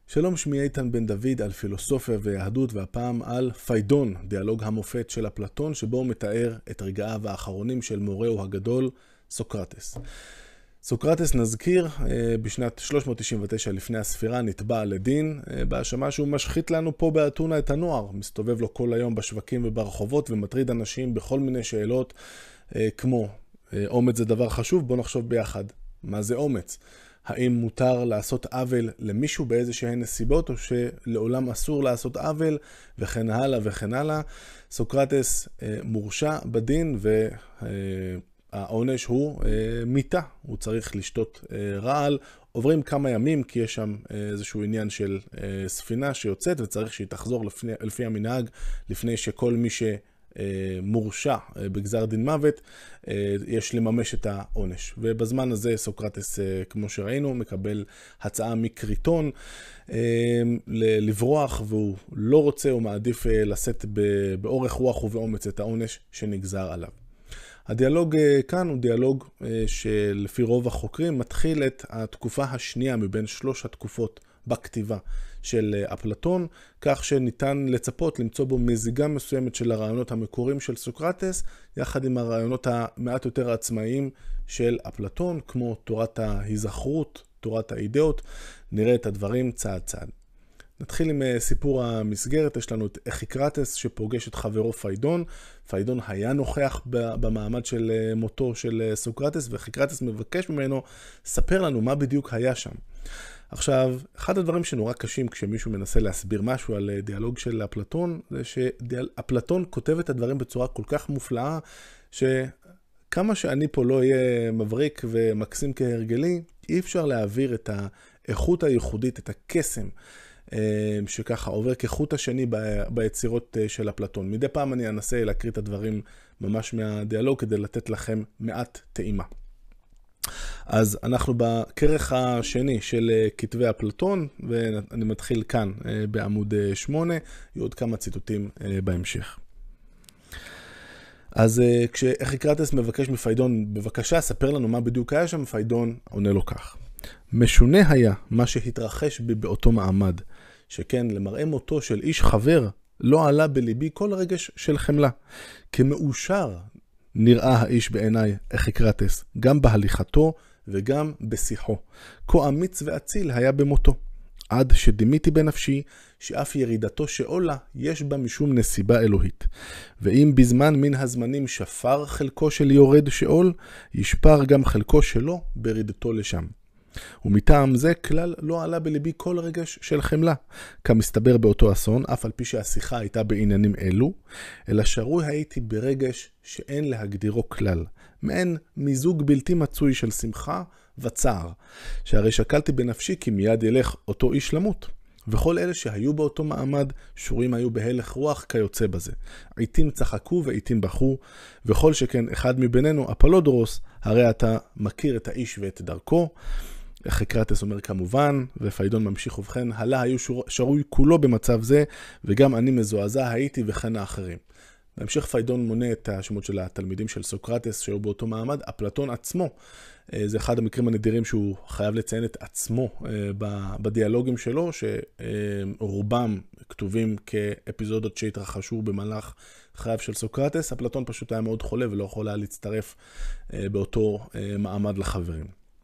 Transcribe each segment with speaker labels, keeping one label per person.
Speaker 1: שלום, שמי איתן בן דוד על פילוסופיה ויהדות, והפעם על פיידון, דיאלוג המופת של אפלטון, שבו הוא מתאר את רגעיו האחרונים של מורהו הגדול, סוקרטס. סוקרטס, נזכיר, בשנת 399 לפני הספירה נתבע לדין, בהאשמה שהוא משחית לנו פה באתונה את הנוער, מסתובב לו כל היום בשווקים וברחובות ומטריד אנשים בכל מיני שאלות, כמו אומץ זה דבר חשוב, בוא נחשוב ביחד. מה זה אומץ? האם מותר לעשות עוול למישהו באיזשהן נסיבות, או שלעולם אסור לעשות עוול, וכן הלאה וכן הלאה. סוקרטס מורשע בדין, והעונש הוא מיתה. הוא צריך לשתות רעל. עוברים כמה ימים, כי יש שם איזשהו עניין של ספינה שיוצאת, וצריך שהיא תחזור לפי המנהג, לפני שכל מי מורשע בגזר דין מוות, יש לממש את העונש. ובזמן הזה סוקרטס, כמו שראינו, מקבל הצעה מקריטון לברוח, והוא לא רוצה, הוא מעדיף לשאת באורך רוח ובאומץ את העונש שנגזר עליו. הדיאלוג כאן הוא דיאלוג שלפי רוב החוקרים מתחיל את התקופה השנייה מבין 3 התקופות בכתיבה של אפלטון, כך שניתן לצפות למצוא בו מזיגה מסוימת של הרעיונות המקוריים של סוקרטס, יחד עם הרעיונות המעט יותר עצמאיים של אפלטון, כמו תורת ההיזכרות, תורת האידאות. נראה את הדברים צעד צעד. נתחיל עם סיפור המסגרת. יש לנו את אחיקרטס שפוגש את חברו פיידון. פיידון היה נוכח במעמד של מותו של סוקרטס, ואחיקרטס מבקש ממנו, ספר לנו מה בדיוק היה שם. עכשיו, אחד הדברים שנורא קשים כשמישהו מנסה להסביר משהו על דיאלוג של אפלטון, זה שאפלטון כותב את הדברים בצורה כל כך מופלאה, שכמה שאני פה לא אהיה מבריק ומקסים כהרגלי, אי אפשר להעביר את האיכות הייחודית, את הקסם, שככה עובר כחוט השני ביצירות של אפלטון. מדי פעם אני אנסה להקריא את הדברים ממש מהדיאלוג, כדי לתת לכם מעט טעימה. אז אנחנו בכרך השני של כתבי אפלטון, ואני מתחיל כאן בעמוד 8, יהיו עוד כמה ציטוטים בהמשך. אז כשאחיקרטס מבקש מפיידון, בבקשה, ספר לנו מה בדיוק היה שם, פיידון עונה לו כך. משונה היה מה שהתרחש בי באותו מעמד, שכן למראה מותו של איש חבר, לא עלה בליבי כל רגש של חמלה. כמאושר נראה האיש בעיניי, אחיקרטס, גם בהליכתו וגם בשיחו. כה אמיץ ואציל היה במותו. עד שדימיתי בנפשי שאף ירידתו שאולה יש בה משום נסיבה אלוהית. ואם בזמן מן הזמנים שפר חלקו של יורד שאול, ישפר גם חלקו שלו ברידתו לשם. ומטעם זה כלל לא עלה בליבי כל רגש של חמלה, כמסתבר באותו אסון, אף על פי שהשיחה הייתה בעניינים אלו, אלא שרוי הייתי ברגש שאין להגדירו כלל, מעין מיזוג בלתי מצוי של שמחה וצער, שהרי שקלתי בנפשי כי מיד ילך אותו איש למות, וכל אלה שהיו באותו מעמד שורים היו בהלך רוח כיוצא בזה. עיתים צחקו ועיתים בכו, וכל שכן אחד מבינינו, אפולודורוס, הרי אתה מכיר את האיש ואת דרכו. אחיקרטס אומר כמובן, ופיידון ממשיך ובכן, הלה היו שרוי כולו במצב זה, וגם אני מזועזע הייתי וכן האחרים. בהמשך פיידון מונה את השמות של התלמידים של סוקרטס שהיו באותו מעמד. אפלטון עצמו, זה אחד המקרים הנדירים שהוא חייב לציין את עצמו בדיאלוגים שלו, שרובם כתובים כאפיזודות שהתרחשו במהלך חייו של סוקרטס. אפלטון פשוט היה מאוד חולה ולא יכול היה להצטרף באותו מעמד לחברים.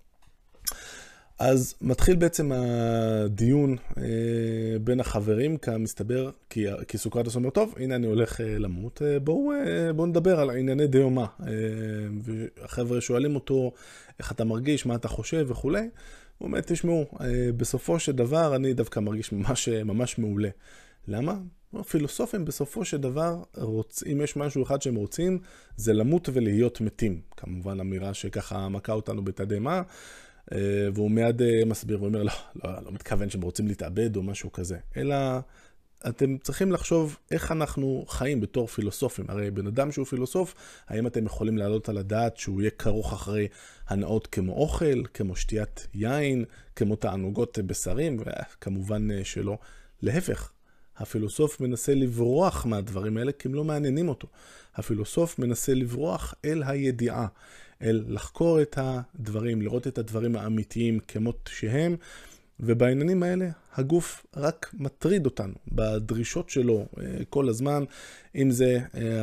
Speaker 1: אז מתחיל בעצם הדיון בין החברים, כמסתבר, כי סוקרטס אומר, טוב, הנה אני הולך למות, בואו נדבר על ענייני דיומא. והחבר'ה שואלים אותו, איך אתה מרגיש, מה אתה חושב וכו'. הוא אומר, תשמעו, בסופו של דבר אני דווקא מרגיש ממש מעולה. למה? הפילוסופים בסופו של דבר, אם יש משהו אחד שהם רוצים, זה למות ולהיות מתים. כמובן אמירה שככה מכה אותנו בתדהמה, והוא מיד מסביר ואומר, לא מתכוון שהם רוצים להתאבד או משהו כזה, אלא אתם צריכים לחשוב איך אנחנו חיים בתור פילוסופים. הרי בן אדם שהוא פילוסוף, האם אתם יכולים להעלות על הדעת שהוא יהיה כרוך אחרי הנאות כמו אוכל, כמו שתיית יין, כמו תענוגות בשרים? כמובן שלא. להפך, הפילוסוף מנסה לברוח מהדברים האלה, כי הם לא מעניינים אותו. הפילוסוף מנסה לברוח אל הידיעה, אל לחקור את הדברים, לראות את הדברים האמיתיים כמות שהם, ובעניינים האלה הגוף רק מטריד אותנו בדרישות שלו כל הזמן, אם זה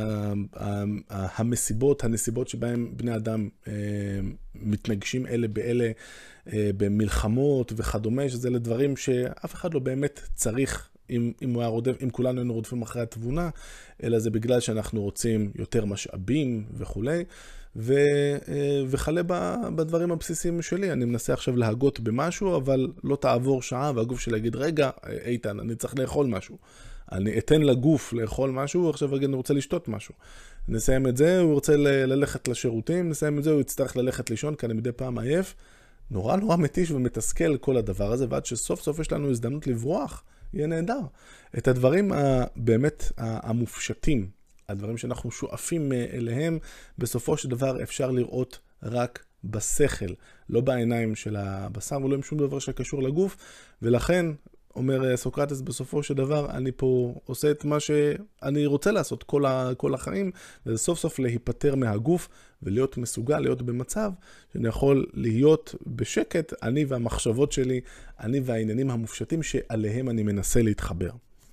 Speaker 1: הנסיבות שבהם בני אדם מתנגשים אלה באלה במלחמות וכדומה, שזה לדברים שאף אחד לא באמת צריך אם כולנו היינו רודפים אחרי התבונה, אלא זה בגלל שאנחנו רוצים יותר משאבים וכולי. וחלה בדברים הבסיסיים שלי. אני מנסה עכשיו להגות במשהו, אבל לא תעבור שעה, והגוף שלי יגיד, רגע, איתן, אני צריך לאכול משהו. אני אתן לגוף לאכול משהו, עכשיו אני רוצה לשתות משהו. נסיים את זה, הוא רוצה ללכת לשירותים, נסיים את זה, הוא יצטרך ללכת לישון, כי אני מדי פעם עייף. נורא מתיש ומתסכל כל הדבר הזה, ועד שסוף סוף יש לנו הזדמנות לברוח, יהיה נהדר. את הדברים באמת המופשטים, הדברים שאנחנו שואפים אליהם, בסופו של דבר אפשר לראות רק בשכל, לא בעיניים של הבשר, ולא עם שום דבר שקשור לגוף, ולכן, אומר סוקרטס, בסופו של דבר, אני פה עושה את מה שאני רוצה לעשות כל החיים, וזה סוף סוף להיפטר מהגוף, ולהיות מסוגל, להיות במצב, שאני יכול להיות בשקט, אני והמחשבות שלי, אני והעניינים המופשטים שעליהם אני מנסה להתחבר.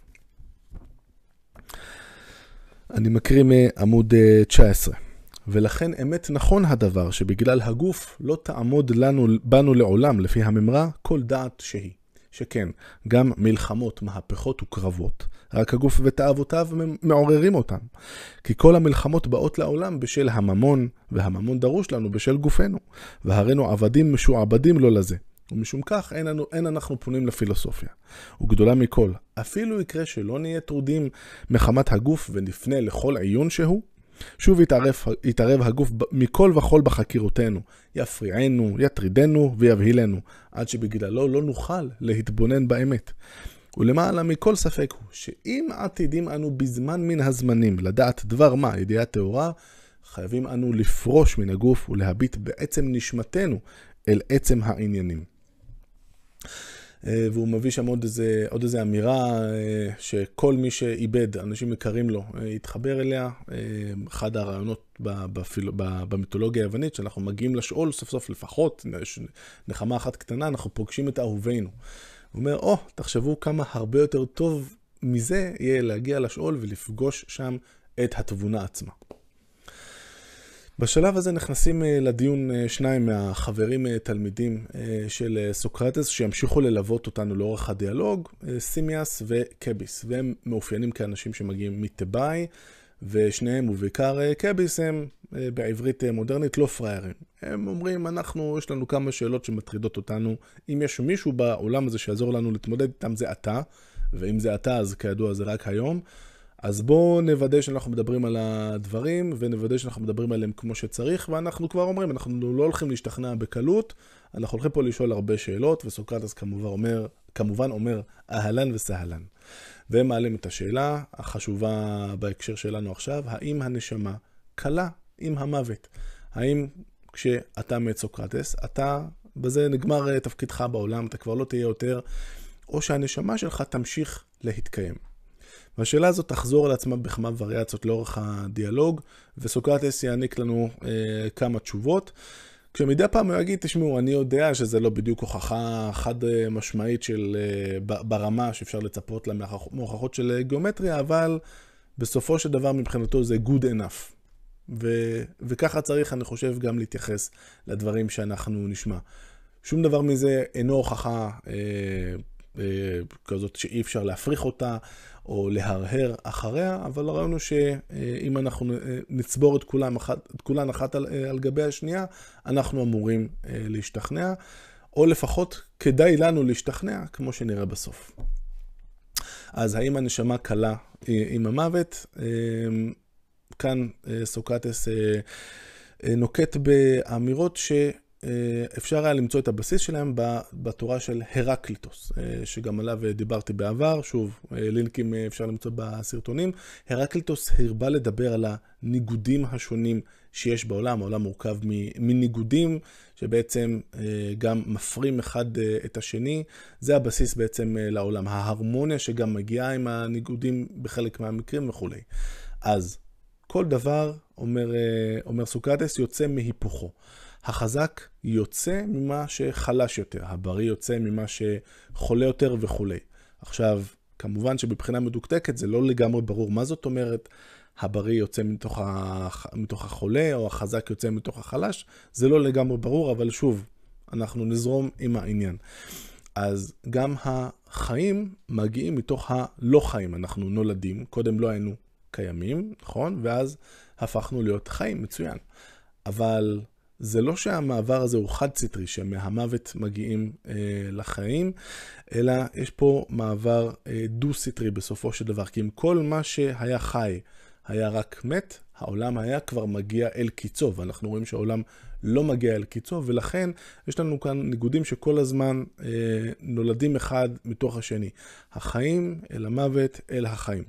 Speaker 1: אני מקריא מעמוד 19. ולכן אמת נכון הדבר שבגלל הגוף לא תעמוד בנו לעולם לפי הממרה כל דעת שהיא. שכן, גם מלחמות, מהפכות וקרבות. רק הגוף ותאוותיו מעוררים אותם. כי כל המלחמות באות לעולם בשל הממון, והממון דרוש לנו בשל גופנו. והרינו עבדים משועבדים לו לזה. ומשום כך אין אנחנו פונים לפילוסופיה. וגדולה מכל, אפילו יקרה שלא נהיה טרודים מחמת הגוף ונפנה לכל עיון שהוא, שוב יתערב הגוף מכל וכל בחקירותינו, יפריענו, יטרידנו ויבהילנו, עד שבגללו לא נוכל להתבונן באמת. ולמעלה מכל ספק הוא, שאם עתידים אנו בזמן מן הזמנים לדעת דבר מה, ידיעה תאורה, חייבים אנו לפרוש מן הגוף ולהביט בעצם נשמתנו אל עצם העניינים. והוא מביא שם עוד איזה אמירה שכל מי שאיבד, אנשים יקרים לו, יתחבר אליה. אחד הרעיונות במיתולוגיה היוונית, שאנחנו מגיעים לשאול סוף סוף לפחות, נחמה אחת קטנה, אנחנו פוגשים את אהובינו. הוא אומר, תחשבו כמה הרבה יותר טוב מזה יהיה להגיע לשאול ולפגוש שם את התבונה עצמה. בשלב הזה נכנסים לדיון שניים מהחברים תלמידים של סוקרטס שימשיכו ללוות אותנו לאורך הדיאלוג, סימיאס וקביס, והם מאופיינים כאנשים שמגיעים מתבאי, ושניהם ובעיקר קביס הם בעברית מודרנית לא פריירים. הם אומרים, יש לנו כמה שאלות שמטרידות אותנו, אם יש מישהו בעולם הזה שיעזור לנו להתמודד איתם זה אתה, ואם זה אתה אז כידוע זה רק היום, אז בואו נוודא שאנחנו מדברים על הדברים, ונוודא שאנחנו מדברים עליהם כמו שצריך, ואנחנו כבר אומרים, אנחנו לא הולכים להשתכנע בקלות, אנחנו הולכים פה לשאול הרבה שאלות, וסוקרטס כמובן אומר אהלן וסהלן. והם מעלים את השאלה החשובה בהקשר שלנו עכשיו, האם הנשמה קלה עם המוות? האם כשאתה מת סוקרטס, בזה נגמר תפקידך בעולם, אתה כבר לא תהיה יותר, או שהנשמה שלך תמשיך להתקיים? והשאלה הזאת תחזור על עצמה בכמה וריאציות לאורך הדיאלוג, וסוקרטס יעניק לנו כמה תשובות. כשמדי פעם הוא יגיד, תשמעו, אני יודע שזה לא בדיוק הוכחה חד משמעית ברמה שאפשר לצפות לה מהוכחות של גיאומטריה, אבל בסופו של דבר מבחינתו זה good enough. וככה צריך, אני חושב, גם להתייחס לדברים שאנחנו נשמע. שום דבר מזה אינו הוכחה כזאת שאי אפשר להפריך אותה או להרהר אחריה, אבל ראינו שאם אנחנו נצבור את כולן אחת על גבי השנייה, אנחנו אמורים להשתכנע, או לפחות כדאי לנו להשתכנע, כמו שנראה בסוף. אז האם הנשמה קלה עם המוות? כאן סוקרטס נוקט באמירות אפשר היה למצוא את הבסיס שלהם בתורה של הרקליטוס, שגם עליו דיברתי בעבר, שוב, לינקים אפשר למצוא בסרטונים. הרקליטוס הרבה לדבר על הניגודים השונים שיש בעולם. העולם מורכב מניגודים שבעצם גם מפרים אחד את השני. זה הבסיס בעצם לעולם. ההרמוניה שגם מגיעה עם הניגודים בחלק מהמקרים וכו'. אז כל דבר, אומר סוקרטס, יוצא מהיפוכו. החזק יוצא ממה שחלש יותר, הבריא יוצא ממה שחולה יותר וכו'. עכשיו, כמובן שבבחינה מדוקדקת זה לא לגמרי ברור מה זאת אומרת, הבריא יוצא מתוך החולה או החזק יוצא מתוך החלש, זה לא לגמרי ברור, אבל שוב, אנחנו נזרום עם העניין. אז גם החיים מגיעים מתוך הלא חיים, אנחנו נולדים, קודם לא היינו קיימים, נכון? ואז הפכנו להיות חיים, מצוין. אבל זה לא שהמעבר הזה הוא חד סטרי, שמהמוות מגיעים לחיים, אלא יש פה מעבר דו סטרי בסופו של דבר, כי אם כל מה שהיה חי היה רק מת, העולם היה כבר מגיע אל קיצו, ואנחנו רואים שהעולם לא מגיע אל קיצו, ולכן יש לנו כאן ניגודים שכל הזמן נולדים אחד מתוך השני. החיים אל המוות אל החיים.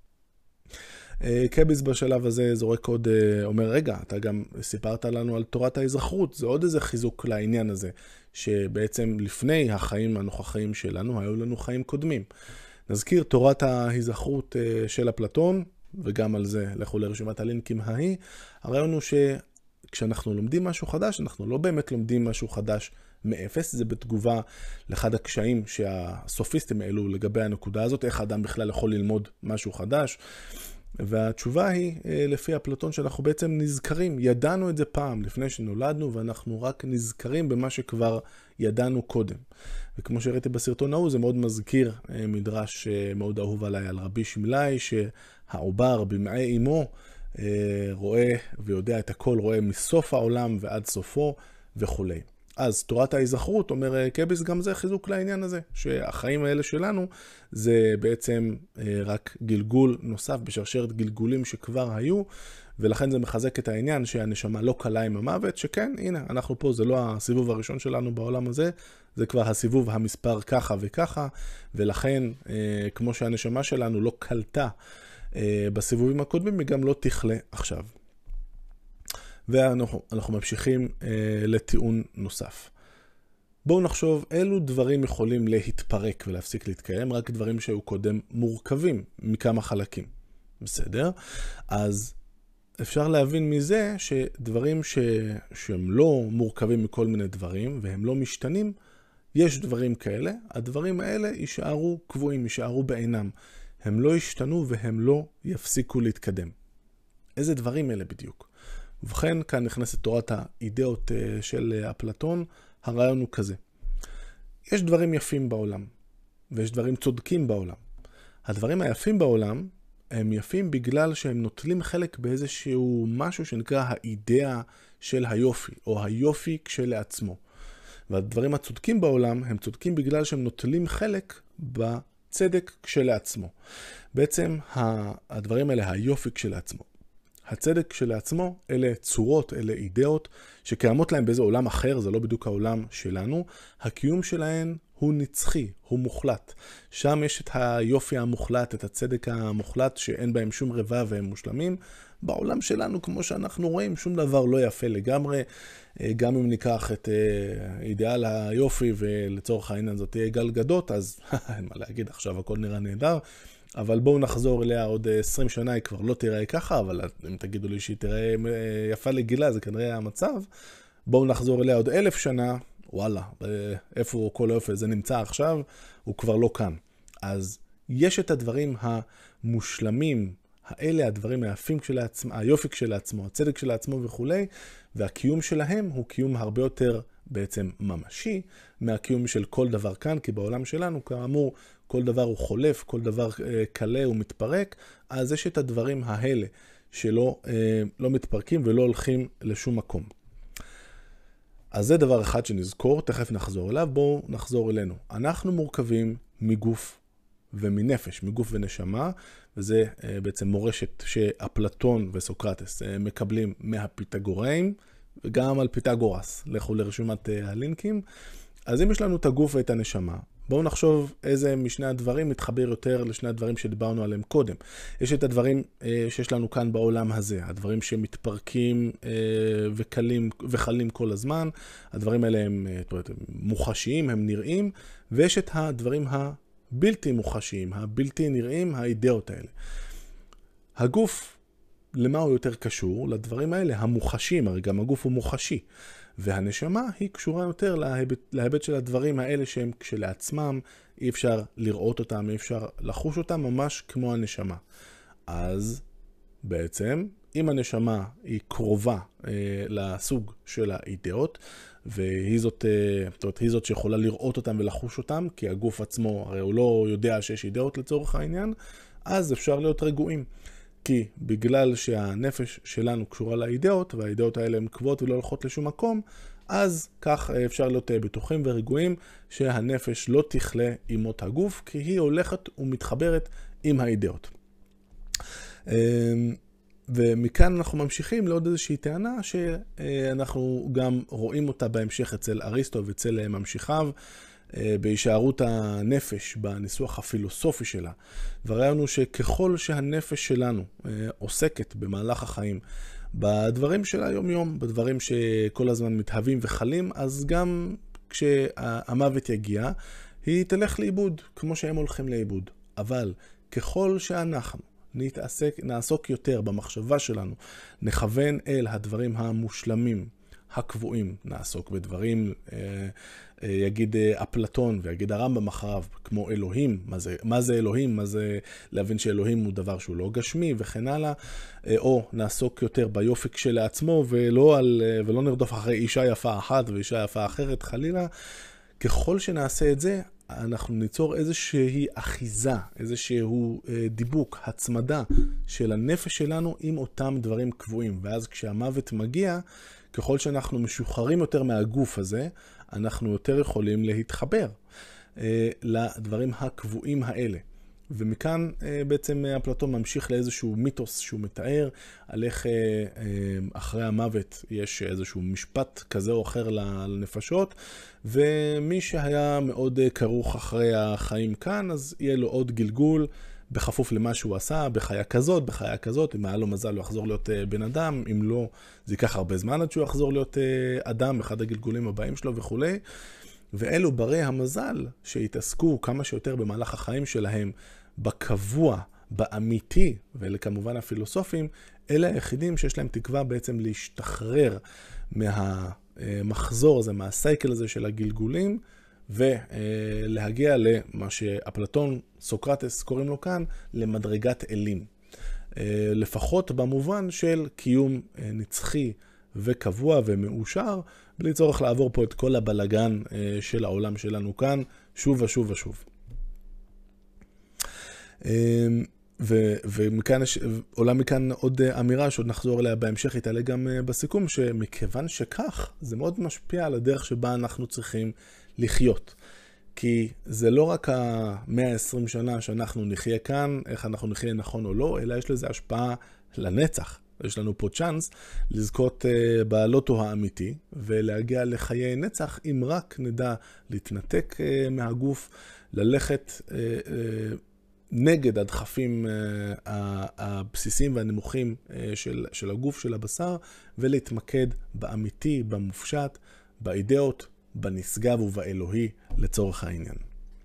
Speaker 1: קביס בשלב הזה זורק עוד, אומר, רגע, אתה גם סיפרת לנו על תורת ההיזכרות, זה עוד איזה חיזוק לעניין הזה, שבעצם לפני החיים הנוכחיים שלנו, היו לנו חיים קודמים. נזכיר, תורת ההיזכרות של אפלטון, וגם על זה לכו לרשימת הלינקים ההיא, הרעיון הוא שכשאנחנו לומדים משהו חדש, אנחנו לא באמת לומדים משהו חדש מאפס, זה בתגובה לאחד הקשיים שהסופיסטים העלו לגבי הנקודה הזאת, איך האדם בכלל יכול ללמוד משהו חדש, והתשובה היא, לפי אפלטון, שאנחנו בעצם נזכרים, ידענו את זה פעם לפני שנולדנו, ואנחנו רק נזכרים במה שכבר ידענו קודם. וכמו שהראיתי בסרטון ההוא, זה מאוד מזכיר מדרש מאוד אהוב עליי על רבי שמלאי, שהעובר במעי אמו רואה ויודע את הכל, רואה מסוף העולם ועד סופו וכו'. אז תורת ההיזכרות, אומר קביס, גם זה חיזוק לעניין הזה, שהחיים האלה שלנו זה בעצם רק גלגול נוסף בשרשרת גלגולים שכבר היו, ולכן זה מחזק את העניין שהנשמה לא קלה עם המוות, שכן, הנה, אנחנו פה, זה לא הסיבוב הראשון שלנו בעולם הזה, זה כבר הסיבוב המספר ככה וככה, ולכן, כמו שהנשמה שלנו לא קלטה בסיבובים הקודמים, היא גם לא תכלה עכשיו. ואנחנו ממשיכים לטיעון נוסף. בואו נחשוב אילו דברים יכולים להתפרק ולהפסיק להתקיים, רק דברים שהיו קודם מורכבים מכמה חלקים. בסדר? אז אפשר להבין מזה שדברים שהם לא מורכבים מכל מיני דברים והם לא משתנים, יש דברים כאלה, הדברים האלה יישארו קבועים, יישארו בעינם. הם לא ישתנו והם לא יפסיקו להתקדם. איזה דברים אלה בדיוק? ובכן, כאן נכנסת תורת האידאות של אפלטון, הרעיון הוא כזה. יש דברים יפים בעולם, ויש דברים צודקים בעולם. הדברים היפים בעולם, הם יפים בגלל שהם נוטלים חלק באיזשהו משהו שנקרא האידאה של היופי, או היופי כשלעצמו. והדברים הצודקים בעולם, הם צודקים בגלל שהם נוטלים חלק בצדק כשלעצמו. בעצם הדברים האלה, היופי כשלעצמו. הצדק כשלעצמו, אלה צורות, אלה אידאות, שקיימות להם באיזה עולם אחר, זה לא בדיוק העולם שלנו. הקיום שלהן הוא נצחי, הוא מוחלט. שם יש את היופי המוחלט, את הצדק המוחלט, שאין בהם שום רבע והם מושלמים. בעולם שלנו, כמו שאנחנו רואים, שום דבר לא יפה לגמרי. גם אם ניקח את אידיאל היופי, ולצורך העניין זאת תהיה גלגדות, אז אין מה להגיד, עכשיו הכל נראה נהדר. אבל בואו נחזור אליה עוד 20 שנה, היא כבר לא תראה ככה, אבל אם תגידו לי שהיא תראה יפה לגילה, זה כנראה המצב. בואו נחזור אליה עוד 1000 שנה, וואלה, איפה כל היופי זה נמצא עכשיו, הוא כבר לא כאן. אז יש את הדברים המושלמים, האלה הדברים היפים כשלעצמו, היופי כשלעצמו, הצדק כשלעצמו וכו', והקיום שלהם הוא קיום הרבה יותר בעצם ממשי מהקיום של כל דבר כאן, כי בעולם שלנו, כאמור, כל דבר הוא חולף, כל דבר קלה ומתפרק, אז יש את הדברים האלה שלא לא מתפרקים ולא הולכים לשום מקום. אז זה דבר אחד שנזכור, תכף נחזור אליו, בואו נחזור אלינו. אנחנו מורכבים מגוף ומנפש, מגוף ונשמה, וזה בעצם מורשת שאפלטון וסוקרטס מקבלים מהפיתגוראים, וגם על פיתגורס, לכו לרשימת הלינקים. אז אם יש לנו את הגוף ואת הנשמה, בואו נחשוב איזה משני הדברים מתחבר יותר לשני הדברים שדיברנו עליהם קודם. יש את הדברים שיש לנו כאן בעולם הזה, הדברים שמתפרקים וחלים כל הזמן, הדברים האלה הם מוחשיים, הם נראים, ויש את הדברים הבלתי מוחשיים, הבלתי נראים, האידאות האלה. הגוף, למה הוא יותר קשור? לדברים האלה, המוחשיים, הרי גם הגוף הוא מוחשי. והנשמה היא קשורה יותר להיבט של הדברים האלה שהם כשלעצמם, אי אפשר לראות אותם, אי אפשר לחוש אותם, ממש כמו הנשמה. אז בעצם, אם הנשמה היא קרובה לסוג של האידאות, והיא זאת שיכולה לראות אותם ולחוש אותם, כי הגוף עצמו, הרי הוא לא יודע שיש אידאות לצורך העניין, אז אפשר להיות רגועים. כי בגלל שהנפש שלנו קשורה לאידאות, והאידאות האלה הן קבועות ולא הולכות לשום מקום, אז כך אפשר להיות בטוחים ורגועים שהנפש לא תכלה עם מות הגוף, כי היא הולכת ומתחברת עם האידאות. ומכאן אנחנו ממשיכים לעוד איזושהי טענה שאנחנו גם רואים אותה בהמשך אצל אריסטו ואצל ממשיכיו, בהישארות הנפש בניסוח הפילוסופי שלה. וראינו שככל שהנפש שלנו עוסקת במהלך החיים בדברים של היום-יום, בדברים שכל הזמן מתהווים וחלים, אז גם כשהמוות יגיע, היא תלך לאיבוד, כמו שהם הולכים לאיבוד. אבל ככל שאנחנו נעסוק יותר במחשבה שלנו, נכוון אל הדברים המושלמים, הקבועים, נעסוק בדברים, יגיד אפלטון ויגיד הרמב"ם אחריו, כמו אלוהים, מה זה אלוהים, מה זה להבין שאלוהים הוא דבר שהוא לא גשמי וכן הלאה, או נעסוק יותר ביופי כשלעצמו ולא נרדוף אחרי אישה יפה אחת ואישה יפה אחרת חלילה. ככל שנעשה את זה, אנחנו ניצור איזושהי אחיזה, איזשהו דיבוק, הצמדה של הנפש שלנו עם אותם דברים קבועים. ואז כשהמוות מגיע, ככל שאנחנו משוחררים יותר מהגוף הזה, אנחנו יותר יכולים להתחבר לדברים הקבועים האלה. ומכאן בעצם אפלטון ממשיך לאיזשהו מיתוס שהוא מתאר, על איך אחרי המוות יש איזשהו משפט כזה או אחר לנפשות, ומי שהיה מאוד כרוך אחרי החיים כאן, אז יהיה לו עוד גלגול בכפוף למה שהוא עשה, בחיה כזאת, אם היה לו מזל הוא יחזור להיות בן אדם, אם לא, זה ייקח הרבה זמן עד שהוא יחזור להיות אדם, אחד הגלגולים הבאים שלו וכו'. ואלו ברי המזל שהתעסקו כמה שיותר במהלך החיים שלהם בקבוע, באמיתי, ואלה כמובן הפילוסופים, אלה היחידים שיש להם תקווה בעצם להשתחרר מהמחזור הזה, מהסייקל הזה של הגלגולים, ולהגיע למה שאפלטון, סוקרטס קוראים לו כאן, למדרגת אלים. לפחות במובן של קיום נצחי וקבוע ומאושר, בלי צורך לעבור פה את כל הבלגן של העולם שלנו כאן, שוב ושוב ושוב. ומכאן עולה מכאן עוד אמירה שעוד נחזור אליה בהמשך, יתעלה גם בסיכום, שמכיוון שכך, זה מאוד משפיע על הדרך שבה אנחנו צריכים לחיות. כי זה לא רק ה-120 שנה שאנחנו נחיה כאן, איך אנחנו נחיה נכון או לא, אלא יש לזה השפעה לנצח. יש לנו פה צ'אנס לזכות בלוטו האמיתי ולהגיע לחיי נצח, אם רק נדע להתנתק מהגוף, ללכת נגד הדחפים הבסיסיים והנמוכים של הגוף, של הבשר, ולהתמקד באמיתי, במופשט, באידאות, בנשגב ובאלוהי לצורך העניין.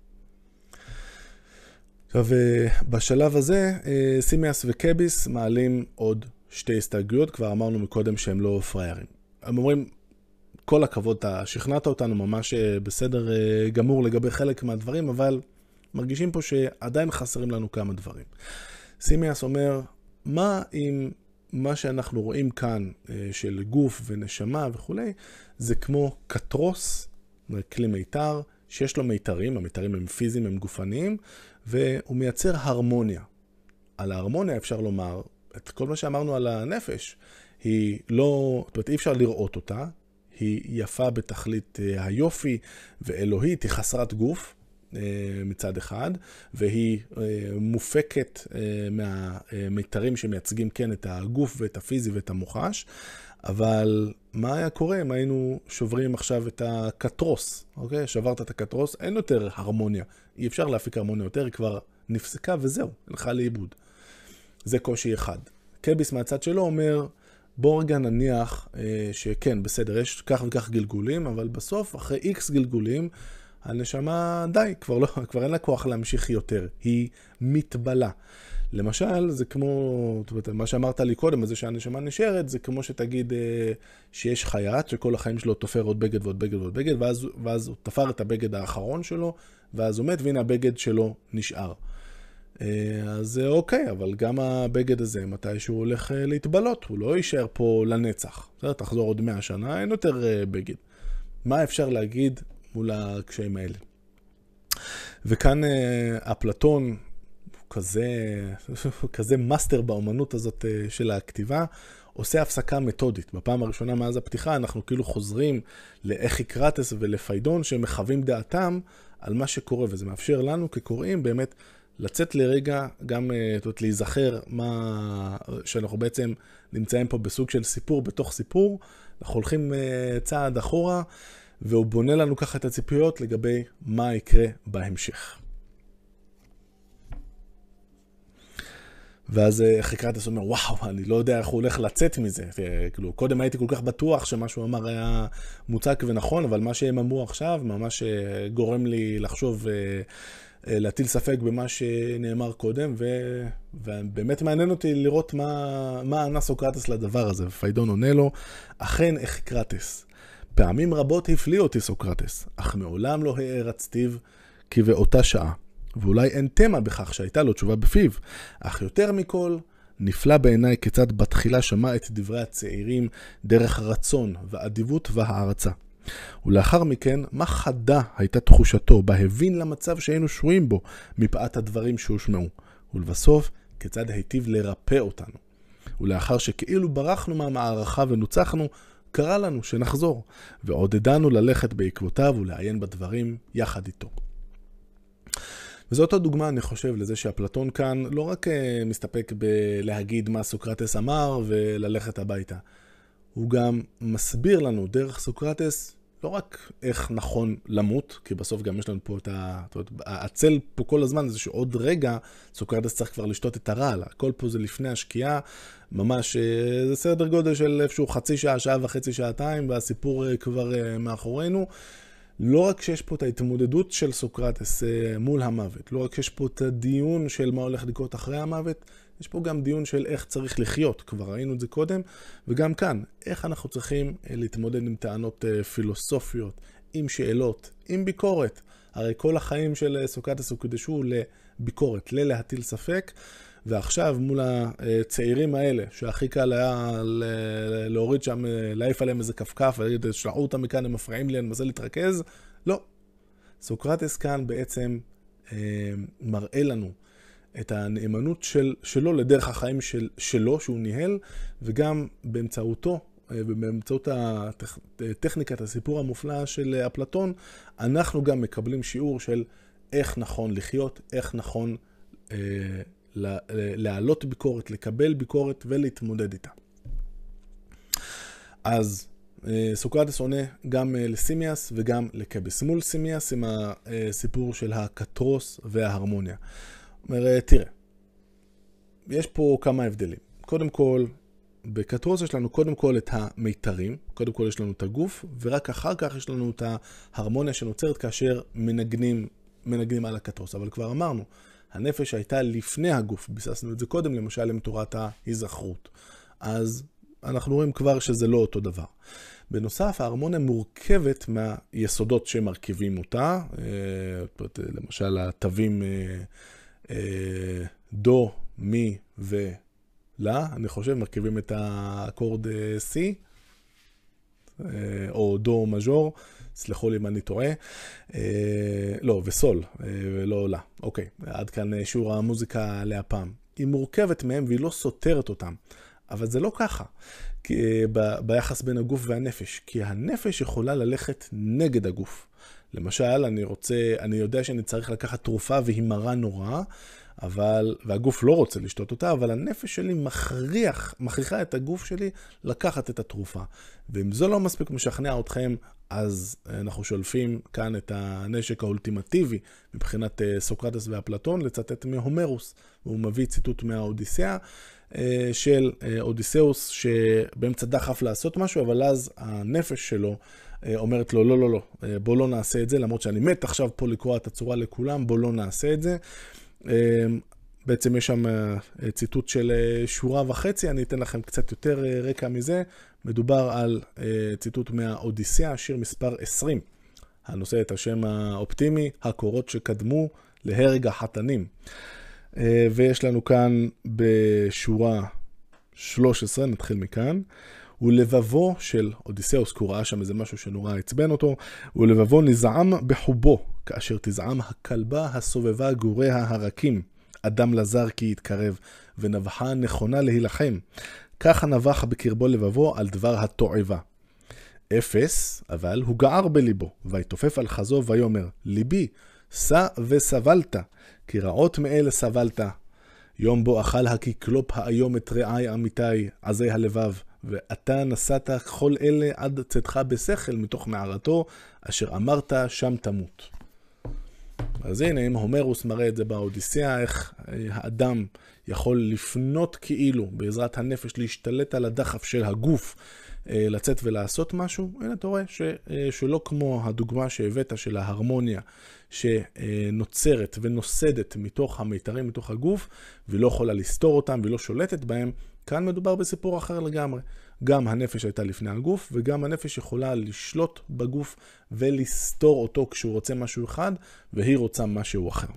Speaker 1: עכשיו, בשלב הזה, סימיאס וקביס מעלים עוד שתי הסתייגויות, כבר אמרנו מקודם שהם לא פריירים. הם אומרים, כל הכבוד, אתה שכנעת אותנו ממש בסדר גמור לגבי חלק מהדברים, אבל מרגישים פה שעדיין חסרים לנו כמה דברים. סימיאס אומר, מה אם מה שאנחנו רואים כאן של גוף ונשמה וכו', זה כמו קטרוס, כלי מיתר, שיש לו מיתרים, המיתרים הם פיזיים, הם גופניים, והוא מייצר הרמוניה. על ההרמוניה אפשר לומר, את כל מה שאמרנו על הנפש, היא לא, זאת אומרת, אי אפשר לראות אותה, היא יפה בתכלית היופי ואלוהית, היא חסרת גוף מצד אחד, והיא מופקת מהמיתרים שמייצגים כן את הגוף ואת הפיזי ואת המוחש, אבל מה היה קורה אם היינו שוברים עכשיו את הקטרוס, אוקיי? שברת את הקטרוס, אין יותר הרמוניה, אי אפשר להפיק הרמוניה יותר, היא כבר נפסקה וזהו, הלכה לאיבוד. זה קושי אחד. קביס מהצד שלו אומר, בוא רגע נניח שכן, בסדר, יש כך וכך גלגולים, אבל בסוף, אחרי X גלגולים, הנשמה די, כבר אין לה כוח להמשיך יותר, היא מתבלה. למשל, זה כמו, מה שאמרת לי קודם, זה שהנשמה נשארת, זה כמו שתגיד שיש חייט שכל החיים שלו תופר עוד בגד ועוד בגד ועוד בגד, ואז הוא תפר את הבגד האחרון שלו, ואז הוא מת, והנה הבגד שלו נשאר. אז אוקיי, אבל גם הבגד הזה, מתי שהוא הולך להתבלות, הוא לא יישאר פה לנצח. תחזור עוד 100 שנה, אין יותר בגד. מה אפשר להגיד מול הקשיים האלה? וכאן אפלטון, כזה מאסטר באומנות הזאת של הכתיבה, עושה הפסקה מתודית. בפעם הראשונה מאז הפתיחה אנחנו כאילו חוזרים לאחיקרטס ולפיידון שמחווים דעתם על מה שקורה, וזה מאפשר לנו כקוראים באמת לצאת לרגע, גם להיזכר שאנחנו בעצם נמצאים פה בסוג של סיפור בתוך סיפור, אנחנו הולכים צעד אחורה, והוא בונה לנו ככה את הציפיות לגבי מה יקרה בהמשך. ואז אחיקרטס אומר, וואו, אני לא יודע איך הוא הולך לצאת מזה. כאילו, קודם הייתי כל כך בטוח שמה שהוא אמר היה מוצק ונכון, אבל מה שהם אמרו עכשיו ממש גורם לי לחשוב, להטיל ספק במה שנאמר קודם, ובאמת מעניין אותי לראות מה ענה סוקרטס לדבר הזה. ופיידון עונה לו, אכן אחיקרטס, פעמים רבות הפליא אותי סוקרטס, אך מעולם לא הערצתיו כי באותה שעה. ואולי אין תמה בכך שהייתה לו תשובה בפיו, אך יותר מכל, נפלא בעיניי כיצד בתחילה שמע את דברי הצעירים דרך רצון ואדיבות והערצה. ולאחר מכן, מה חדה הייתה תחושתו בה הבין למצב שהיינו שרויים בו מפאת הדברים שהושמעו. ולבסוף, כיצד היטיב לרפא אותנו. ולאחר שכאילו ברחנו מהמערכה ונוצחנו, קרא לנו שנחזור, ועודדנו ללכת בעקבותיו ולעיין בדברים יחד איתו. וזאת הדוגמה, אני חושב, לזה שאפלטון כאן לא רק מסתפק בלהגיד מה סוקרטס אמר וללכת הביתה. הוא גם מסביר לנו דרך סוקרטס לא רק איך נכון למות, כי בסוף גם יש לנו פה את הצל פה כל הזמן, זה שעוד רגע סוקרטס צריך כבר לשתות את הרעל. הכל פה זה לפני השקיעה, ממש זה סדר גודל של איפשהו חצי שעה, שעה וחצי, שעתיים, והסיפור כבר מאחורינו. לא רק שיש פה את ההתמודדות של סוקרטס מול המוות, לא רק שיש פה את הדיון של מה הולך לקרות אחרי המוות, יש פה גם דיון של איך צריך לחיות, כבר ראינו את זה קודם, וגם כאן, איך אנחנו צריכים להתמודד עם טענות פילוסופיות, עם שאלות, עם ביקורת. הרי כל החיים של סוקרטס הוקדשו לביקורת, להטיל ספק, ועכשיו מול הצעירים האלה, שהכי קל היה להוריד שם, להעיף עליהם איזה כפכף, ולהגיד, שלחו אותם מכאן, הם מפריעים לי, אני מנסה להתרכז. לא. סוקרטס כאן בעצם מראה לנו את הנאמנות שלו לדרך החיים שלו, שהוא ניהל, וגם באמצעותו, ובאמצעות טכניקת הסיפור המופלא של אפלטון, אנחנו גם מקבלים שיעור של איך נכון לחיות, איך נכון להעלות ביקורת, לקבל ביקורת ולהתמודד איתה. אז סוקרטס עונה גם לסימיאס וגם לקבס. מול סימיאס עם הסיפור של הקטרוס וההרמוניה. אומר, תראה, יש פה כמה הבדלים. קודם כל, בקטרוס יש לנו קודם כל את המיתרים, קודם כל יש לנו את הגוף, ורק אחר כך יש לנו את ההרמוניה שנוצרת כאשר מנגנים על הקטרוס. אבל כבר אמרנו, הנפש הייתה לפני הגוף, ביססנו את זה קודם, למשל למתורת ההיזכרות. אז אנחנו רואים כבר שזה לא אותו דבר. בנוסף, ההרמוניה מורכבת מהיסודות שמרכיבים אותה, למשל התווים דו, מי ולה, אני חושב, מרכיבים את האקורד C, או דו מז'ור, סלחו לי אם אני טועה, לא, וסול, ולא לה. אוקיי, עד כאן שיעור המוזיקה להפעם. היא מורכבת מהם והיא לא סותרת אותם, אבל זה לא ככה, ביחס בין הגוף והנפש, כי הנפש יכולה ללכת נגד הגוף. למשל, אני יודע שאני צריך לקחת תרופה והיא מרה נורא, והגוף לא רוצה לשתות אותה, אבל הנפש שלי מכריחה את הגוף שלי לקחת את התרופה. ואם זו לא מספיק משכנע אתכם, אז אנחנו שולפים כאן את הנשק האולטימטיבי מבחינת סוקרטס ואפלטון, לצטט מהומרוס. הוא מביא ציטוט מהאודיסאה של אודיסאוס, שבאמצע דחף לעשות משהו, אבל אז הנפש שלו אומרת לו, לא, לא, לא, בוא לא נעשה את זה, למרות שאני מת עכשיו פה לקרוא את הצורה לכולם, בוא לא נעשה את זה. בעצם יש שם ציטוט של שורה וחצי, אני אתן לכם קצת יותר רקע מזה. מדובר על ציטוט מהאודיסאה, שיר מספר 20. הנושא את השם האופטימי, הקורות שקדמו להרג החתנים. ויש לנו כאן בשורה 13, נתחיל מכאן. ולבבו של אודיסאוס, כי הוא ראה שם איזה משהו שנורא עצבן אותו, ולבבו נזעם בחובו, כאשר תזעם הכלבה הסובבה גוריה הרקים. אדם לזר כי יתקרב, ונבחה נכונה להילחם. ככה נבח בקרבו לבבו על דבר התועבה. אפס, אבל הוא גער בליבו, ויתופף על חזו ויאמר, ליבי, סע וסבלת, כי רעות מאלה סבלת. יום בו אכל הקיקלופ היום את רעי עמיתי, עזי הלבב, ואתה נסעת כל אלה עד צאתך בשכל מתוך מערתו, אשר אמרת שם תמות. אז הנה, אם הומרוס מראה את זה באודיסאה, איך האדם יכול לפנות כאילו, בעזרת הנפש, להשתלט על הדחף של הגוף, לצאת ולעשות משהו. הנה, אתה רואה שלא כמו הדוגמה שהבאת של ההרמוניה, שנוצרת ונוסדת מתוך המיתרים, מתוך הגוף, ולא יכולה לסתור אותם ולא שולטת בהם, כאן מדובר בסיפור אחר לגמרי. גם הנפש הייתה לפני הגוף, וגם הנפש יכולה לשלוט בגוף ולסתור אותו כשהוא רוצה משהו אחד, והיא רוצה משהו אחר.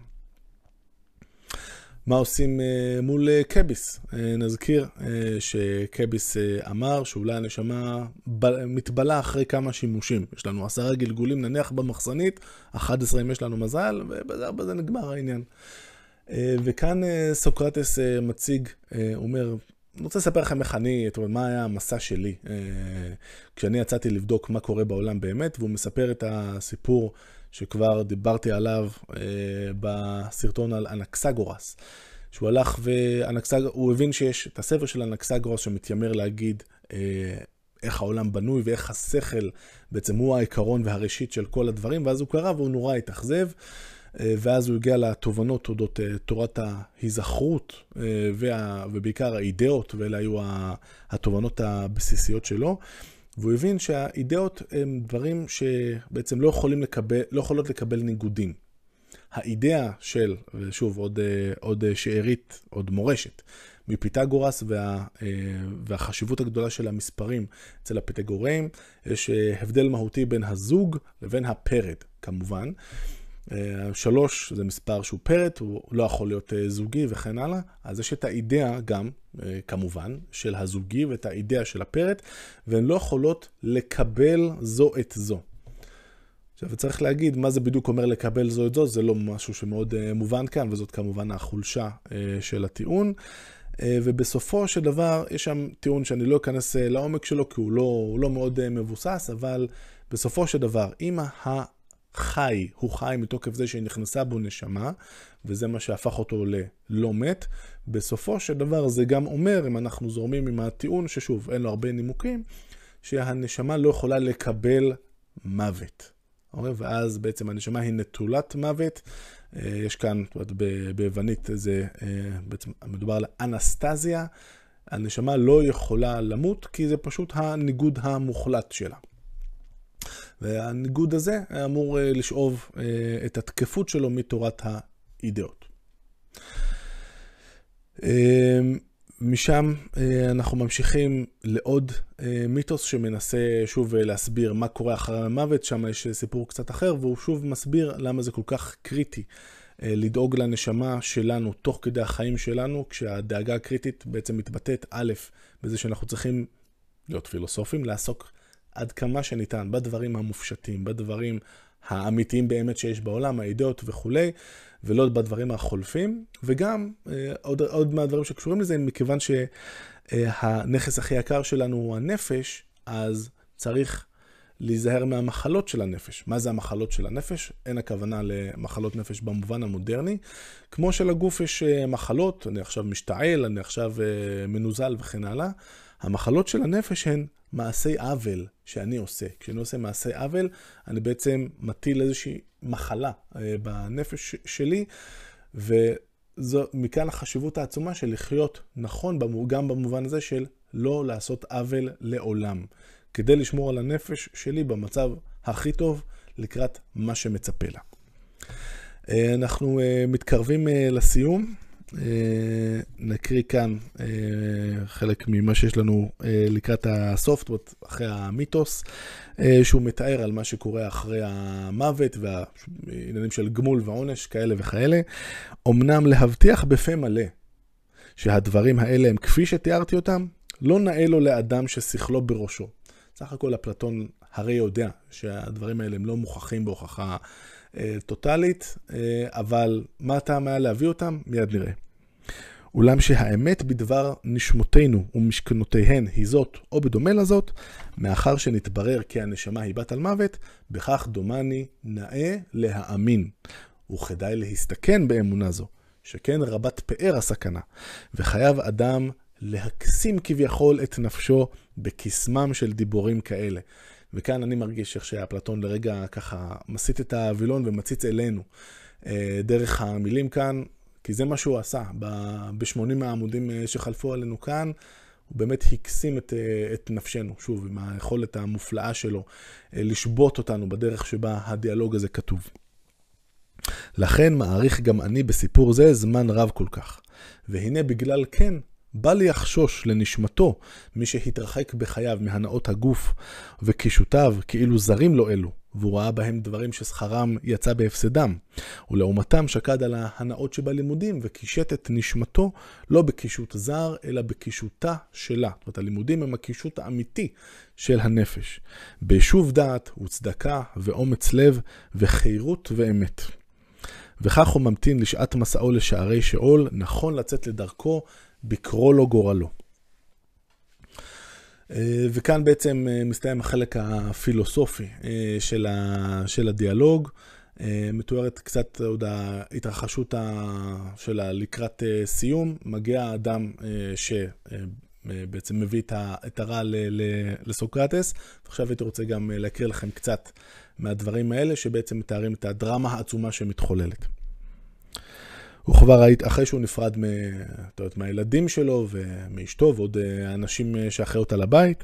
Speaker 1: מה עושים מול קביס? נזכיר שקביס אמר שאולי הנשמה מתבלה אחרי כמה שימושים. יש לנו 10 גלגולים נניח במחסנית, 11 אם יש לנו מזל, ובזה נגמר העניין. וכאן סוקרטס מציג, אומר, אני רוצה לספר לכם איך מה היה המסע שלי, כשאני יצאתי לבדוק מה קורה בעולם באמת, והוא מספר את הסיפור שכבר דיברתי עליו בסרטון על אנקסגורס, שהוא הלך הוא הבין שיש את הספר של אנקסגורס שמתיימר להגיד איך העולם בנוי ואיך השכל בעצם הוא העיקרון והראשית של כל הדברים, ואז הוא קרא והוא נורא התאכזב, ואז הוא הגיע לתובנות תודות תורת ההיזכרות ובעיקר האידאות, ואלה היו התובנות הבסיסיות שלו. והוא הבין שהאידאות הם דברים שבעצם לא יכולות לקבל ניגודים. האידאה של, ושוב עוד שארית, עוד מורשת, מפיתגורס והחשיבות הגדולה של המספרים אצל הפיתגוראים, יש הבדל מהותי בין הזוג לבין הפרד, כמובן. 3 זה מספר שהוא פרד, הוא לא יכול להיות זוגי וכן הלאה. אז יש את האידאה גם, כמובן, של הזוגי ואת האידאה של הפרד, והן לא יכולות לקבל זו את זו. עכשיו, צריך להגיד מה זה בדיוק אומר לקבל זו את זו, זה לא משהו שמאוד מובן כאן, וזאת כמובן החולשה של הטיעון. ובסופו של דבר, יש שם טיעון שאני לא אכנס לעומק שלו, כי הוא לא מאוד מבוסס, אבל בסופו של דבר, אם חי, הוא חי מתוקף זה שנכנסה בו נשמה, וזה מה שהפך אותו ללא מת. בסופו של דבר זה גם אומר, אם אנחנו זורמים עם הטיעון, ששוב, אין לו הרבה נימוקים, שהנשמה לא יכולה לקבל מוות. ואז בעצם הנשמה היא נטולת מוות. יש כאן, ביוונית, זה בעצם מדובר על אנסטזיה. הנשמה לא יכולה למות, כי זה פשוט הניגוד המוחלט שלה. והניגוד הזה אמור לשאוב את התקפות שלו מתורת האידאות. משם אנחנו ממשיכים לעוד מיתוס שמנסה שוב להסביר מה קורה אחרי המוות. שם יש סיפור קצת אחר, והוא שוב מסביר למה זה כל כך קריטי לדאוג לנשמה שלנו תוך כדי החיים שלנו, כשהדאגה הקריטית בעצם מתבטאת א' בזה שאנחנו צריכים להיות פילוסופים, לעסוק עד כמה שניתן בדברים המופשטים, בדברים האמיתיים באמת שיש בעולם, האידאות וכו', ולא בדברים החולפים. וגם עוד מהדברים שקשורים לזה, מכיוון שהנכס הכי יקר שלנו הוא הנפש, אז צריך להיזהר מהמחלות של הנפש. מה זה המחלות של הנפש? אין הכוונה למחלות נפש במובן המודרני. כמו שלגוף יש מחלות, אני עכשיו משתעל, אני עכשיו מנוזל וכן הלאה. המחלות של הנפש הן מעשי עוול שאני עושה. כשאני עושה מעשי עוול, אני בעצם מטיל איזושהי מחלה בנפש שלי, ומכאן החשיבות העצומה של לחיות נכון, גם במובן הזה של לא לעשות עוול לעולם, כדי לשמור על הנפש שלי במצב הכי טוב לקראת מה שמצפה לה. אנחנו מתקרבים לסיום. נקריא כאן חלק ממה שיש לנו לקראת הסוף, אחרי המיתוס, שהוא מתאר על מה שקורה אחרי המוות והעניינים של גמול ועונש כאלה וכאלה. אמנם להבטיח בפה מלא שהדברים האלה הם כפי שתיארתי אותם, לא נאה לו לאדם ששכלו בראשו. סך הכל אפלטון הרי יודע שהדברים האלה הם לא מוכחים בהוכחה טוטלית, אבל מה הטעם היה להביא אותם? מיד נראה. אולם שהאמת בדבר נשמותינו ומשכנותיהן היא זאת או בדומה לזאת, מאחר שנתברר כי הנשמה היא בת על מוות, בכך דומני נאה להאמין. וכדאי להסתכן באמונה זו, שכן רבת פאר הסכנה, וחייב אדם להקסים כביכול את נפשו בקסמם של דיבורים כאלה. וכאן אני מרגיש שאפלטון לרגע ככה מסית את הווילון ומציץ אלינו דרך המילים כאן, כי זה מה שהוא עשה. ב-80 העמודים שחלפו עלינו כאן, הוא באמת הקסים את נפשנו, שוב, עם היכולת המופלאה שלו לשבות אותנו בדרך שבה הדיאלוג הזה כתוב. לכן מעריך גם אני בסיפור זה זמן רב כל כך. והנה בגלל כן, בא לי יחשוש לנשמתו מי שהתרחק בחייו מהנאות הגוף וקישותיו כאילו זרים לו אלו, והוא ראה בהם דברים ששכרם יצא בהפסדם, ולעומתם שקד על ההנאות שבלימודים וקישט את נשמתו לא בקישות זר אלא בקישותה שלה. זאת אומרת, הלימודים הם הקישוט האמיתי של הנפש, בישוב דעת וצדקה ואומץ לב וחירות ואמת. וכך הוא ממתין לשעת מסעו לשערי שאול, נכון לצאת לדרכו בקרוא לו גורלו. וכאן בעצם מסתיים החלק הפילוסופי של הדיאלוג. מתוארת קצת עוד ההתרחשות שלה לקראת סיום. מגיע האדם שבעצם מביא את הרע לסוקרטס. עכשיו הייתי רוצה גם להקריא לכם קצת מהדברים האלה שבעצם מתארים את הדרמה העצומה שמתחוללת. וכבר אחרי שהוא נפרד מהילדים שלו ומאשתו ועוד האנשים שאחרי אותה לבית,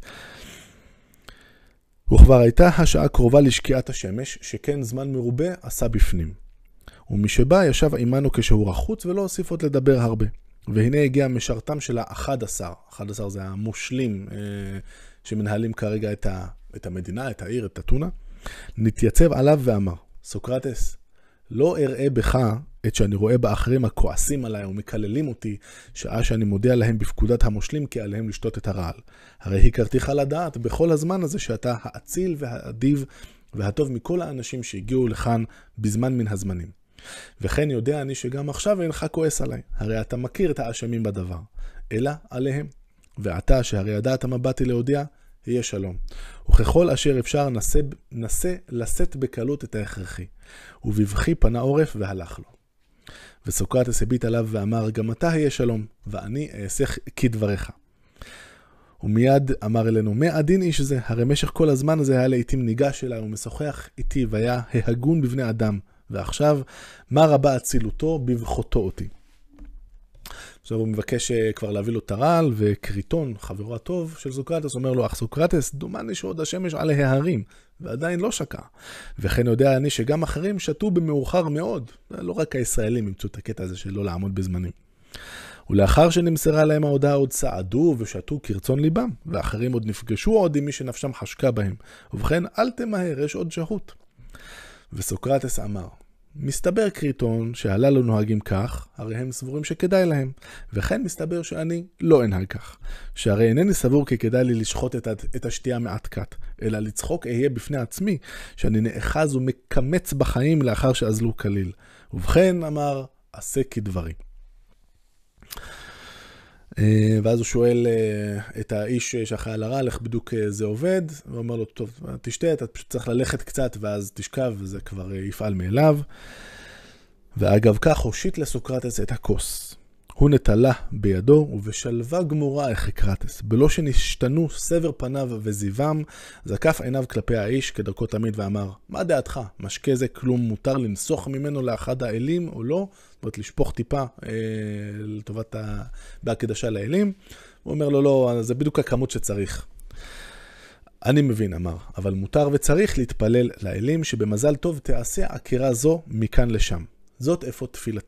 Speaker 1: וכבר הייתה השעה קרובה לשקיעת השמש, שכן זמן מרובה עשה בפנים. ומשבא ישב עמנו כשהוא רחוץ ולא הוסיף עוד לדבר הרבה. והנה הגיע משרתם של ה-11. 11 זה המושלים שמנהלים כרגע את המדינה, את העיר, את אתונה. נתייצב עליו ואמר, סוקרטס, לא אראה בך את שאני רואה באחרים הכועסים עליי ומקללים אותי, שעה שאני מודיע להם בפקודת המושלים כי עליהם לשתות את הרעל. הרי הכרתיך לדעת בכל הזמן הזה שאתה האציל והאדיב והטוב מכל האנשים שהגיעו לכאן בזמן מן הזמנים. וכן יודע אני שגם עכשיו אינך כועס עליי, הרי אתה מכיר את האשמים בדבר, אלא עליהם. ועתה שהרי ידעת מה באתי להודיע, יהיה שלום. וככל אשר אפשר נסה לשאת בקלות את ההכרחי. ובבכי פנה עורף והלך לו. וסוקרטס הביט עליו ואמר, גם אתה יהיה שלום, ואני אעשה כדבריך. ומיד אמר אלינו, מה הדין איש זה? הרי משך כל הזמן הזה היה לעתים ניגש אליי ומשוחח איתי, והיה ההגון בבני אדם. ועכשיו, מה רבה אצילותו בבכותו אותי. עכשיו הוא מבקש כבר להביא לו טרל, וקריטון, חברו הטוב של סוקרטס, אומר לו, אך סוקרטס, דומני שעוד השמש על ההרים, ועדיין לא שקע. וכן יודע אני שגם אחרים שתו במאוחר מאוד, לא רק הישראלים ימצאו את הקטע הזה של לא לעמוד בזמנים. ולאחר שנמסרה להם ההודעה עוד סעדו ושתו כרצון ליבם, ואחרים עוד נפגשו עוד עם מי שנפשם חשקה בהם, ובכן אל תמהר, יש עוד שהות. וסוקרטס אמר, מסתבר קריטון שהללו נוהגים כך, הרי הם סבורים שכדאי להם, וכן מסתבר שאני לא אנהג כך, שהרי אינני סבור כי כדאי לי לשחוט את השתייה מעט קט, אלא לצחוק אהיה בפני עצמי, שאני נאחז ומקמץ בחיים לאחר שאזלו כליל. ובכן אמר, עשה כדברי. ואז הוא שואל את האיש שאחראי על הרעל, איך בדיוק זה עובד, ואומר לו, טוב, תשתה, אתה פשוט צריך ללכת קצת, ואז תשכב, וזה כבר יפעל מאליו. ואגב כך הושיט לסוקרטס את הכוס. הוא נטלה בידו, ובשלווה גמורה החקרטס, בלא שנשתנו סבר פניו וזיבם, זקף עיניו כלפי האיש כדרכו תמיד ואמר, מה דעתך? משקה זה כלום מותר לנסוך ממנו לאחד האלים או לא? זאת אומרת, לשפוך טיפה לטובת בהקדשה לאלים. הוא אומר לו, לא, זה בדיוק הכמות שצריך. אני מבין, אמר, אבל מותר וצריך להתפלל לאלים שבמזל טוב תעשה עקירה זו מכאן לשם. זאת אפוא תפילתי.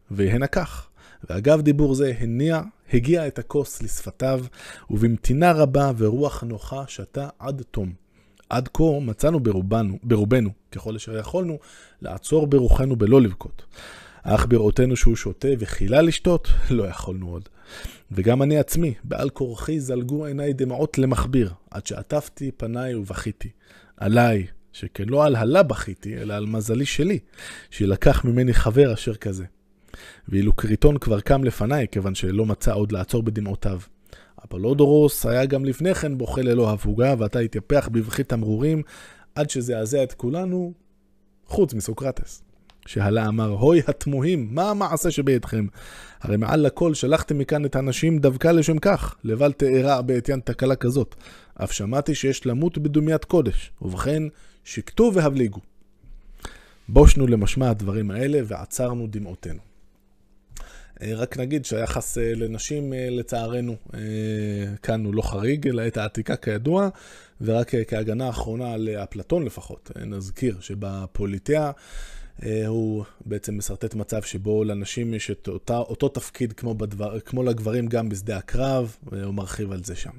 Speaker 1: והנה כך. ואגב דיבור זה הגיע את הכוס לשפתיו, ובמתינה רבה ורוח נוחה שתה עד תום. עד כה מצאנו ברובנו, ככל אשר יכולנו, לעצור ברוחנו בלא לבכות. אך בראותנו שהוא שותה וחילה לשתות, לא יכולנו עוד. וגם אני עצמי, בעל כורחי זלגו עיניי דמעות למחביר, עד שעטפתי פניי ובכיתי. עליי, שכן לא על הלה בכיתי, אלא על מזלי שלי, שילקח ממני חבר אשר כזה. ואילו קריטון כבר קם לפניי, כיוון שלא מצא עוד לעצור בדמעותיו. אפולודורוס היה גם לפני כן בוכה ללא הפוגה, ואתה התייפח בבכי תמרורים, עד שזעזע את כולנו, חוץ מסוקרטס. שהלה אמר, הוי התמוהים, מה המעשה שבידכם? הרי מעל לכל שלחתם מכאן את האנשים דווקא לשם כך, לבל תארע בעטיין תקלה כזאת. אף שמעתי שיש למות בדומיית קודש, ובכן שקטו והבליגו. בושנו למשמע הדברים האלה ועצרנו דמעותינו. רק נגיד שהיחס לנשים לצערנו כאן הוא לא חריג, אלא את העתיקה כידוע, ורק כהגנה האחרונה לאפלטון לפחות. נזכיר שבפוליטאה הוא בעצם מסרטט מצב שבו לנשים יש את אותו תפקיד כמו לגברים גם בשדה הקרב, והוא מרחיב על זה שם.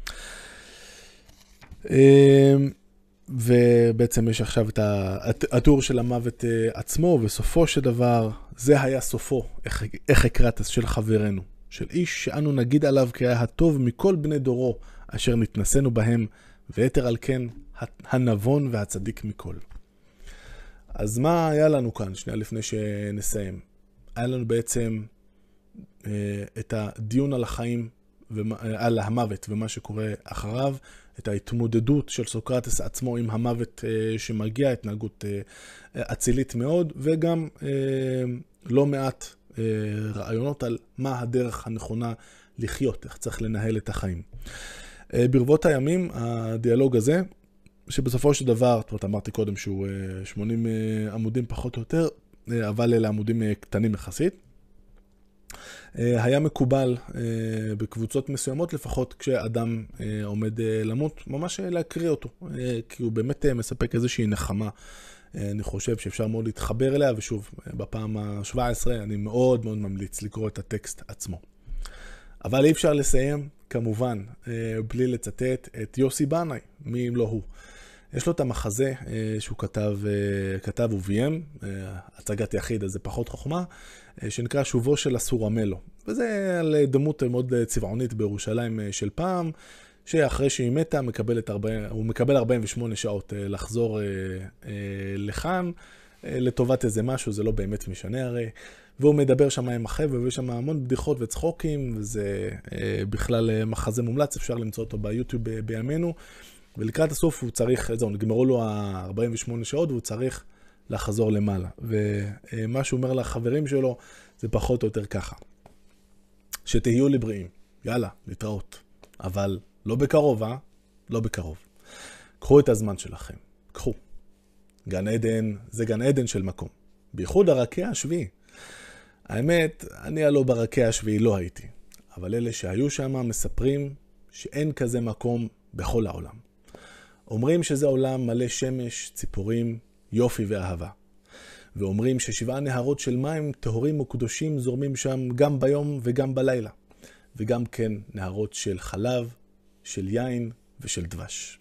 Speaker 1: ובעצם יש עכשיו את התיאור של המוות עצמו, וסופו של דבר, זה היה סופו, איך אקרטס של חברנו, של איש שאנו נגיד עליו כי היה הטוב מכל בני דורו, אשר נתנסינו בהם, ויתר על כן, הנבון והצדיק מכל. אז מה היה לנו כאן, שנייה לפני שנסיים? היה לנו בעצם את הדיון על החיים, על המוות ומה שקורה אחריו, את ההתמודדות של סוקרטס עצמו עם המוות שמגיע, התנהגות אצילית מאוד, וגם לא מעט רעיונות על מה הדרך הנכונה לחיות, איך צריך לנהל את החיים. ברבות הימים, הדיאלוג הזה, שבסופו של דבר, אמרתי קודם שהוא 80 עמודים פחות או יותר, אבל אלה עמודים קטנים יחסית, היה מקובל בקבוצות מסוימות לפחות כשאדם עומד למות, ממש להקריא אותו, כי הוא באמת מספק איזושהי נחמה. אני חושב שאפשר מאוד להתחבר אליה, ושוב, בפעם ה-17 אני מאוד מאוד ממליץ לקרוא את הטקסט עצמו. אבל אי אפשר לסיים, כמובן, בלי לצטט את יוסי בנאי, מי אם לא הוא. יש לו את המחזה שהוא כתב וביים, הצגת יחיד, אז זה פחות חוכמה, שנקרא שובו של אסורמלו. וזה על דמות מאוד צבעונית בירושלים של פעם, שאחרי שהיא מתה הוא מקבל 48 שעות לחזור לכאן, לטובת איזה משהו, זה לא באמת משנה הרי. והוא מדבר שם עם החבר'ה, ויש שם המון בדיחות וצחוקים, וזה בכלל מחזה מומלץ, אפשר למצוא אותו ביוטיוב בימינו. ולקראת הסוף הוא צריך, נגמרו לו ה-48 שעות, והוא צריך לחזור למעלה. ומה שהוא אומר לחברים שלו, זה פחות או יותר ככה. שתהיו לי בריאים, יאללה, להתראות. אבל לא בקרוב, לא בקרוב. קחו את הזמן שלכם, קחו. גן עדן, זה גן עדן של מקום. בייחוד הרקיע השביעי. האמת, אני הלא ברקיע השביעי לא הייתי. אבל אלה שהיו שם מספרים שאין כזה מקום בכל העולם. אומרים שזה עולם מלא שמש, ציפורים, יופי ואהבה. ואומרים ש7 נהרות של מים טהורים וקדושים זורמים שם גם ביום וגם בלילה. וגם כן נהרות של חלב, של יין ושל דבש.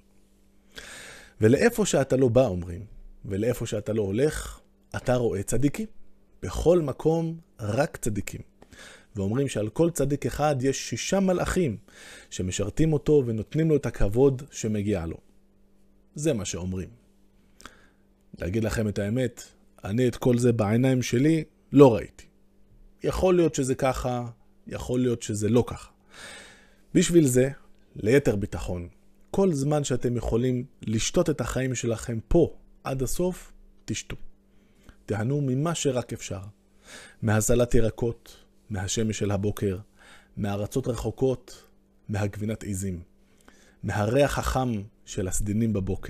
Speaker 1: ולאיפה שאתה לא בא, אומרים, ולאיפה שאתה לא הולך, אתה רואה צדיקים. בכל מקום רק צדיקים. ואומרים שעל כל צדיק אחד יש 6 מלאכים שמשרתים אותו ונותנים לו את הכבוד שמגיע לו. זה מה שאומרים. להגיד לכם את האמת, אני את כל זה בעיניים שלי לא ראיתי. יכול להיות שזה ככה, יכול להיות שזה לא ככה. בשביל זה, ליתר ביטחון, כל זמן שאתם יכולים לשתות את החיים שלכם פה עד הסוף, תשתו. תהנו ממה שרק אפשר. מהזלת ירקות, מהשמש של הבוקר, מהארצות רחוקות, מהגבינת עיזים, מהריח החם של הסדינים בבוקר.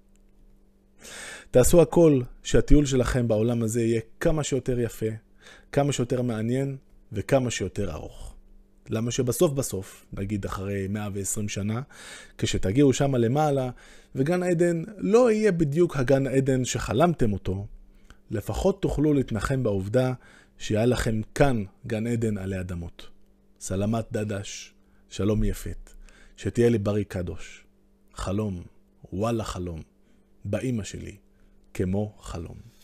Speaker 1: תעשו הכל שהטיול שלכם בעולם הזה יהיה כמה שיותר יפה, כמה שיותר מעניין וכמה שיותר ארוך. למה שבסוף, נגיד אחרי 120 שנה, כשתגיעו שם למעלה, וגן עדן לא יהיה בדיוק הגן עדן שחלמתם אותו, לפחות תוכלו להתנחם בעובדה שיהיה לכם כאן גן עדן עלי אדמות. סלמת דדש, שלום יפת, שתהיה לי בריא קדוש. חלום, וואלה חלום, באמא שלי, כמו חלום.